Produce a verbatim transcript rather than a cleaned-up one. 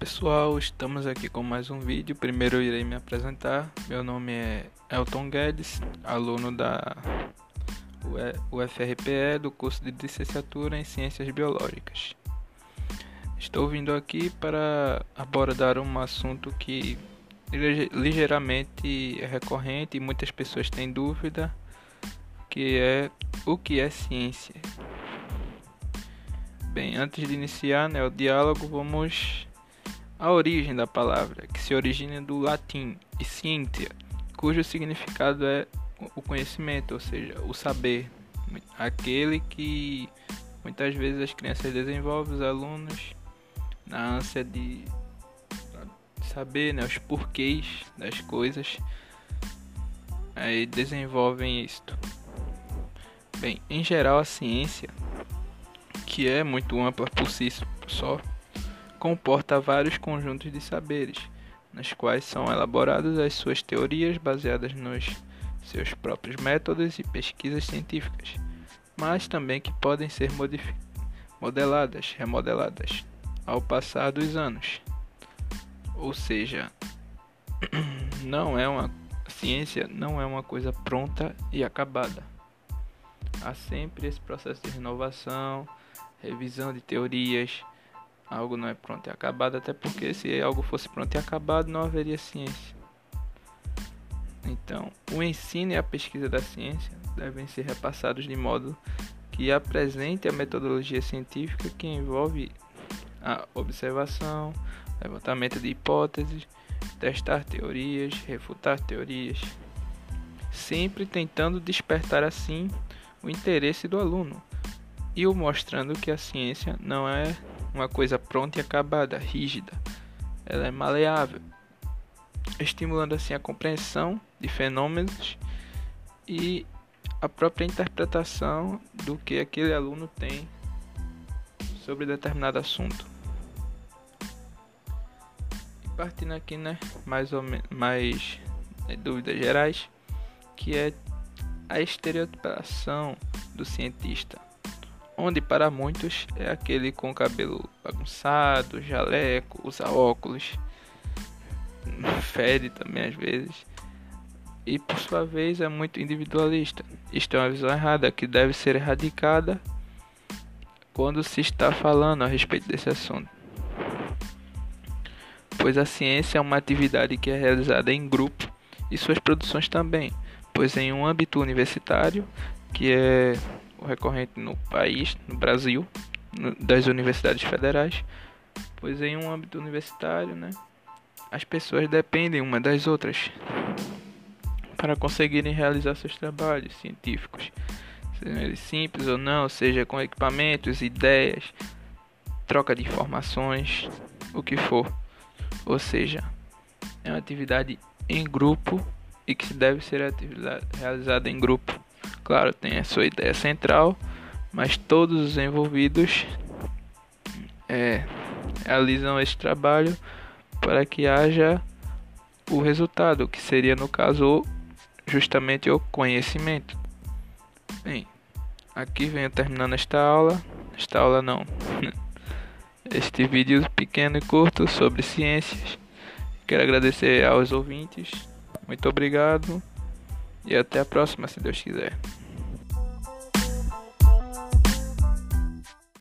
Pessoal, estamos aqui com mais um vídeo. Primeiro eu irei me apresentar. Meu nome é Elton Guedes, aluno da U F R P E do curso de licenciatura em Ciências Biológicas. Estou vindo aqui para abordar um assunto que ligeiramente é recorrente e muitas pessoas têm dúvida, que é o que é ciência. Bem, antes de iniciar, né, o diálogo, vamos à origem da palavra, que se origina do latim scientia, cujo significado é o conhecimento, ou seja, o saber, aquele que muitas vezes as crianças desenvolvem, os alunos, na ânsia de saber, né, os porquês das coisas, aí desenvolvem isto. Bem, em geral a ciência, que é muito ampla por si só, comporta vários conjuntos de saberes, nas quais são elaboradas as suas teorias baseadas nos seus próprios métodos e pesquisas científicas, mas também que podem ser modeladas, remodeladas ao passar dos anos. Ou seja, não é uma a ciência não é uma coisa pronta e acabada. Há sempre esse processo de renovação, revisão de teorias. Algo não é pronto e acabado, até porque se algo fosse pronto e acabado, não haveria ciência. Então, o ensino e a pesquisa da ciência devem ser repassados de modo que apresente a metodologia científica que envolve a observação, levantamento de hipóteses, testar teorias, refutar teorias, sempre tentando despertar assim o interesse do aluno e o mostrando que a ciência não é uma coisa pronta e acabada, rígida. Ela é maleável, estimulando assim a compreensão de fenômenos e a própria interpretação do que aquele aluno tem sobre determinado assunto. E partindo aqui, né, mais ou menos, mais né, dúvidas gerais, que é a estereotipação do cientista, onde para muitos é aquele com cabelo bagunçado, jaleco, usa óculos, fede também às vezes, e por sua vez é muito individualista. Isto é uma visão errada que deve ser erradicada quando se está falando a respeito desse assunto, pois a ciência é uma atividade que é realizada em grupo e suas produções também, pois em um âmbito universitário, que é recorrente no país, no Brasil, no, das universidades federais, pois em um âmbito universitário, né, as pessoas dependem uma das outras para conseguirem realizar seus trabalhos científicos, sejam eles simples ou não, seja com equipamentos, ideias, troca de informações, o que for. Ou seja, é uma atividade em grupo e que deve ser atividade realizada em grupo. Claro, tem a sua ideia central, mas todos os envolvidos é, realizam esse trabalho para que haja o resultado, que seria no caso justamente o conhecimento. Bem, aqui venho terminando esta aula, esta aula não, este vídeo pequeno e curto sobre ciências. Quero agradecer aos ouvintes, muito obrigado. E até a próxima, se Deus quiser.